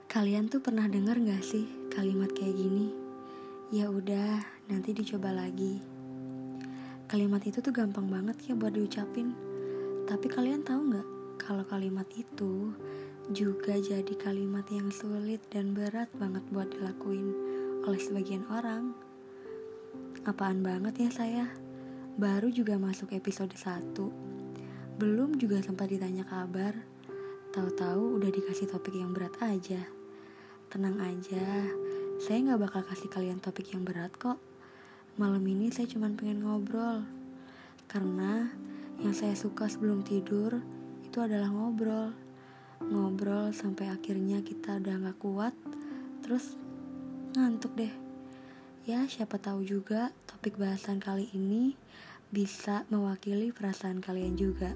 Kalian tuh pernah dengar gak sih kalimat kayak gini? Ya udah, nanti dicoba lagi. Kalimat itu tuh gampang banget ya buat diucapin. Tapi kalian tahu gak kalau kalimat itu juga jadi kalimat yang sulit dan berat banget buat dilakuin oleh sebagian orang. Apaan banget ya saya? Baru juga masuk episode 1. Belum juga sempat ditanya kabar. Tahu-tahu udah dikasih topik yang berat aja. Tenang aja, saya gak bakal kasih kalian topik yang berat kok. Malam ini saya cuma pengen ngobrol. Karena yang saya suka sebelum tidur itu adalah ngobrol. Ngobrol sampai akhirnya kita udah gak kuat, terus ngantuk deh. Ya siapa tahu juga topik bahasan kali ini bisa mewakili perasaan kalian juga.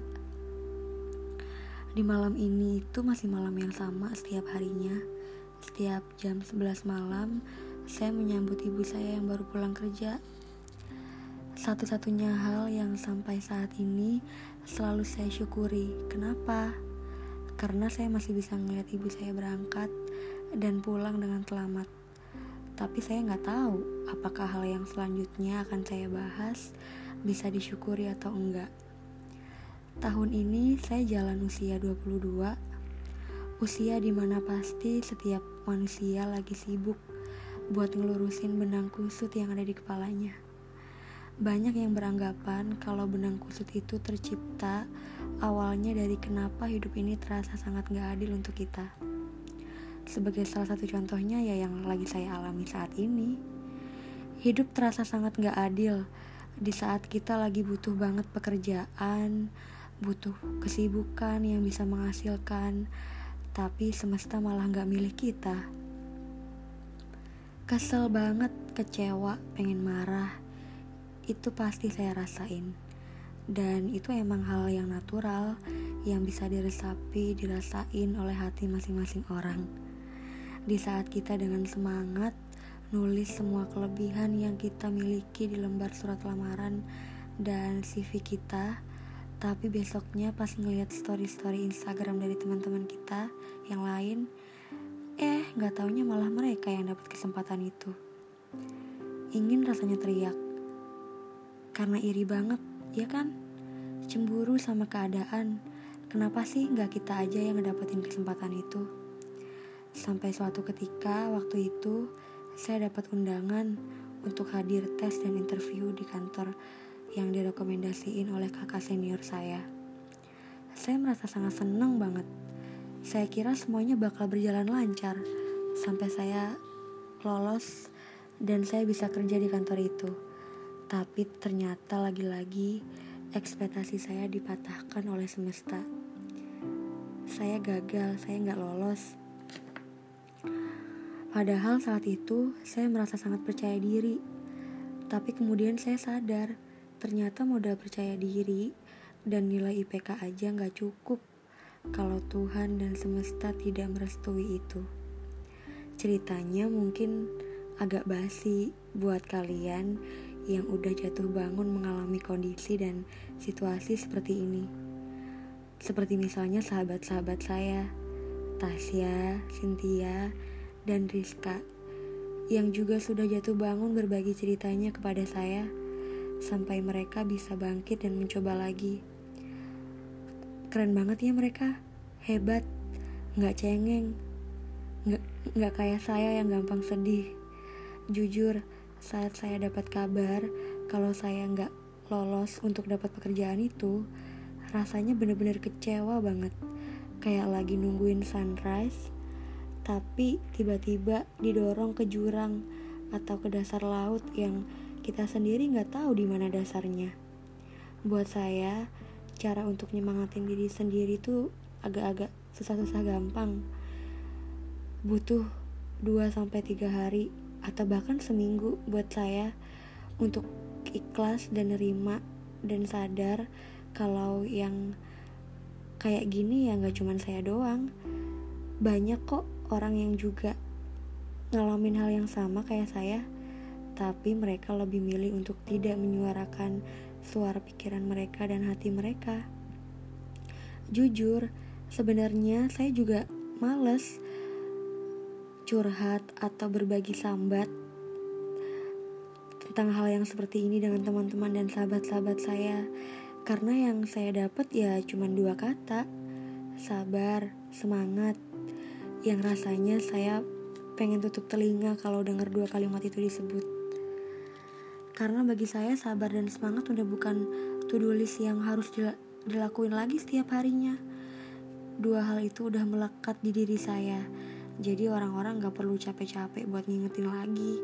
Di malam ini itu masih malam yang sama setiap harinya. Setiap jam 11 malam, saya menyambut ibu saya yang baru pulang kerja. Satu-satunya hal yang sampai saat ini selalu saya syukuri. Kenapa? Karena saya masih bisa ngeliat ibu saya berangkat dan pulang dengan selamat. Tapi saya gak tahu apakah hal yang selanjutnya akan saya bahas bisa disyukuri atau enggak. Tahun ini saya jalan usia 22. Usia dimana pasti setiap manusia lagi sibuk buat ngelurusin benang kusut yang ada di kepalanya. Banyak yang beranggapan kalau benang kusut itu tercipta awalnya dari kenapa hidup ini terasa sangat gak adil untuk kita. Sebagai salah satu contohnya ya yang lagi saya alami saat ini. Hidup terasa sangat gak adil di saat kita lagi butuh banget pekerjaan, butuh kesibukan yang bisa menghasilkan, tapi semesta malah gak milih kita. Kesel banget, kecewa, pengen marah. Itu pasti saya rasain. Dan itu emang hal yang natural, yang bisa dirasain oleh hati masing-masing orang. Di saat kita dengan semangat nulis semua kelebihan yang kita miliki di lembar surat lamaran dan CV kita, tapi besoknya pas ngeliat story-story Instagram dari teman-teman kita yang lain, gak taunya malah mereka yang dapat kesempatan itu. Ingin rasanya teriak, karena iri banget, ya kan? Cemburu sama keadaan. Kenapa sih gak kita aja yang ngedapetin kesempatan itu? Sampai suatu ketika waktu itu saya dapat undangan untuk hadir tes dan interview di kantor yang direkomendasiin oleh kakak senior saya. Saya merasa sangat senang banget. Saya kira semuanya bakal berjalan lancar sampai saya lolos dan saya bisa kerja di kantor itu. Tapi ternyata lagi-lagi ekspektasi saya dipatahkan oleh semesta. Saya gagal, saya gak lolos. Padahal saat itu saya merasa sangat percaya diri. Tapi kemudian saya sadar ternyata modal percaya diri dan nilai IPK aja gak cukup kalau Tuhan dan semesta tidak merestui itu. Ceritanya mungkin agak basi buat kalian yang udah jatuh bangun mengalami kondisi dan situasi seperti ini. Seperti misalnya sahabat-sahabat saya, Tasya, Cynthia, dan Rizka, yang juga sudah jatuh bangun berbagi ceritanya kepada saya sampai mereka bisa bangkit dan mencoba lagi. Keren banget ya mereka, hebat, gak cengeng, gak kayak saya yang gampang sedih. Jujur, saat saya dapat kabar kalau saya gak lolos untuk dapat pekerjaan itu, rasanya bener-bener kecewa banget. Kayak lagi nungguin sunrise, tapi tiba-tiba didorong ke jurang atau ke dasar laut yang kita sendiri gak tahu di mana dasarnya. Buat saya, cara untuk nyemangatin diri sendiri tuh agak-agak susah-susah gampang. Butuh 2-3 hari atau bahkan seminggu buat saya untuk ikhlas dan nerima dan sadar kalau yang kayak gini ya gak cuman saya doang. Banyak kok orang yang juga ngalamin hal yang sama kayak saya, tapi mereka lebih milih untuk tidak menyuarakan suara pikiran mereka dan hati mereka. Jujur, sebenarnya saya juga males curhat atau berbagi sambat tentang hal yang seperti ini dengan teman-teman dan sahabat-sahabat saya. Karena yang saya dapat ya cuma 2 kata, sabar, semangat. Yang rasanya saya pengen tutup telinga kalau dengar 2 kalimat itu disebut. Karena bagi saya sabar dan semangat udah bukan to-do list yang harus dilakuin lagi setiap harinya. 2 hal itu udah melekat di diri saya. Jadi orang-orang gak perlu capek-capek buat ngingetin lagi.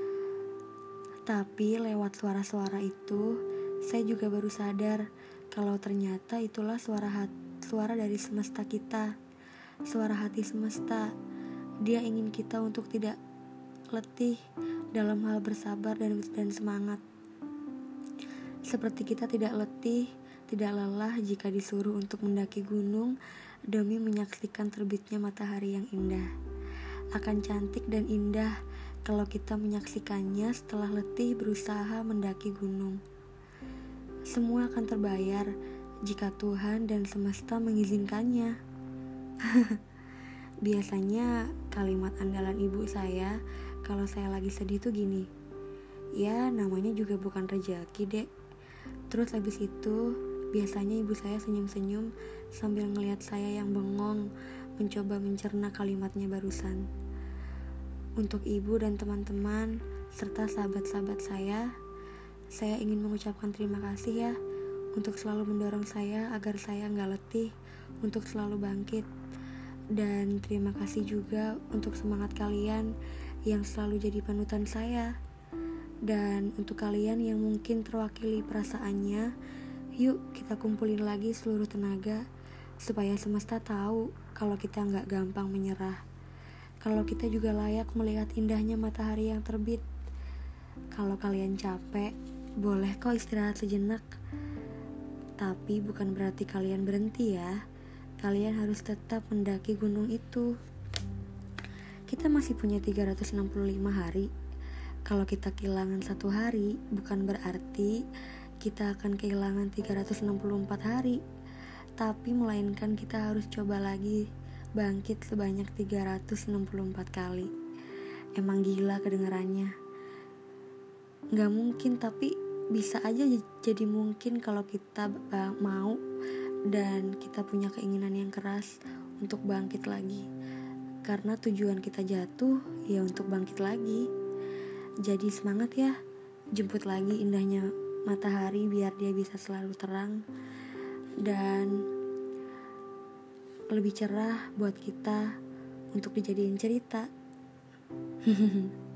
Tapi lewat suara-suara itu, saya juga baru sadar kalau ternyata itulah suara dari semesta kita. Suara hati semesta. Dia ingin kita untuk tidak letih dalam hal bersabar dan semangat. Seperti kita tidak letih, tidak lelah jika disuruh untuk mendaki gunung demi menyaksikan terbitnya matahari yang indah. Akan cantik dan indah kalau kita menyaksikannya setelah letih berusaha mendaki gunung. Semua akan terbayar jika Tuhan dan semesta mengizinkannya. Biasanya kalimat andalan ibu saya kalau saya lagi sedih tuh gini, ya namanya juga bukan rezeki dek. Terus habis itu biasanya ibu saya senyum-senyum sambil ngelihat saya yang bengong mencoba mencerna kalimatnya barusan. Untuk ibu dan teman-teman serta sahabat-sahabat saya ingin mengucapkan terima kasih ya untuk selalu mendorong saya agar saya gak letih untuk selalu bangkit. Dan terima kasih juga untuk semangat kalian yang selalu jadi panutan saya. Dan untuk kalian yang mungkin terwakili perasaannya, yuk kita kumpulin lagi seluruh tenaga supaya semesta tahu kalau kita gak gampang menyerah. Kalau kita juga layak melihat indahnya matahari yang terbit. Kalau kalian capek, boleh kok istirahat sejenak. Tapi bukan berarti kalian berhenti ya. Kalian harus tetap mendaki gunung itu. Kita masih punya 365 hari. Kalau kita kehilangan 1 hari, bukan berarti kita akan kehilangan 364 hari. Tapi melainkan kita harus coba lagi bangkit sebanyak 364 kali. Emang gila kedengarannya. Gak mungkin, tapi bisa aja jadi mungkin kalau kita mau dan kita punya keinginan yang keras untuk bangkit lagi. Karena tujuan kita jatuh ya untuk bangkit lagi. Jadi semangat ya, jemput lagi indahnya matahari biar dia bisa selalu terang dan lebih cerah buat kita untuk dijadiin cerita.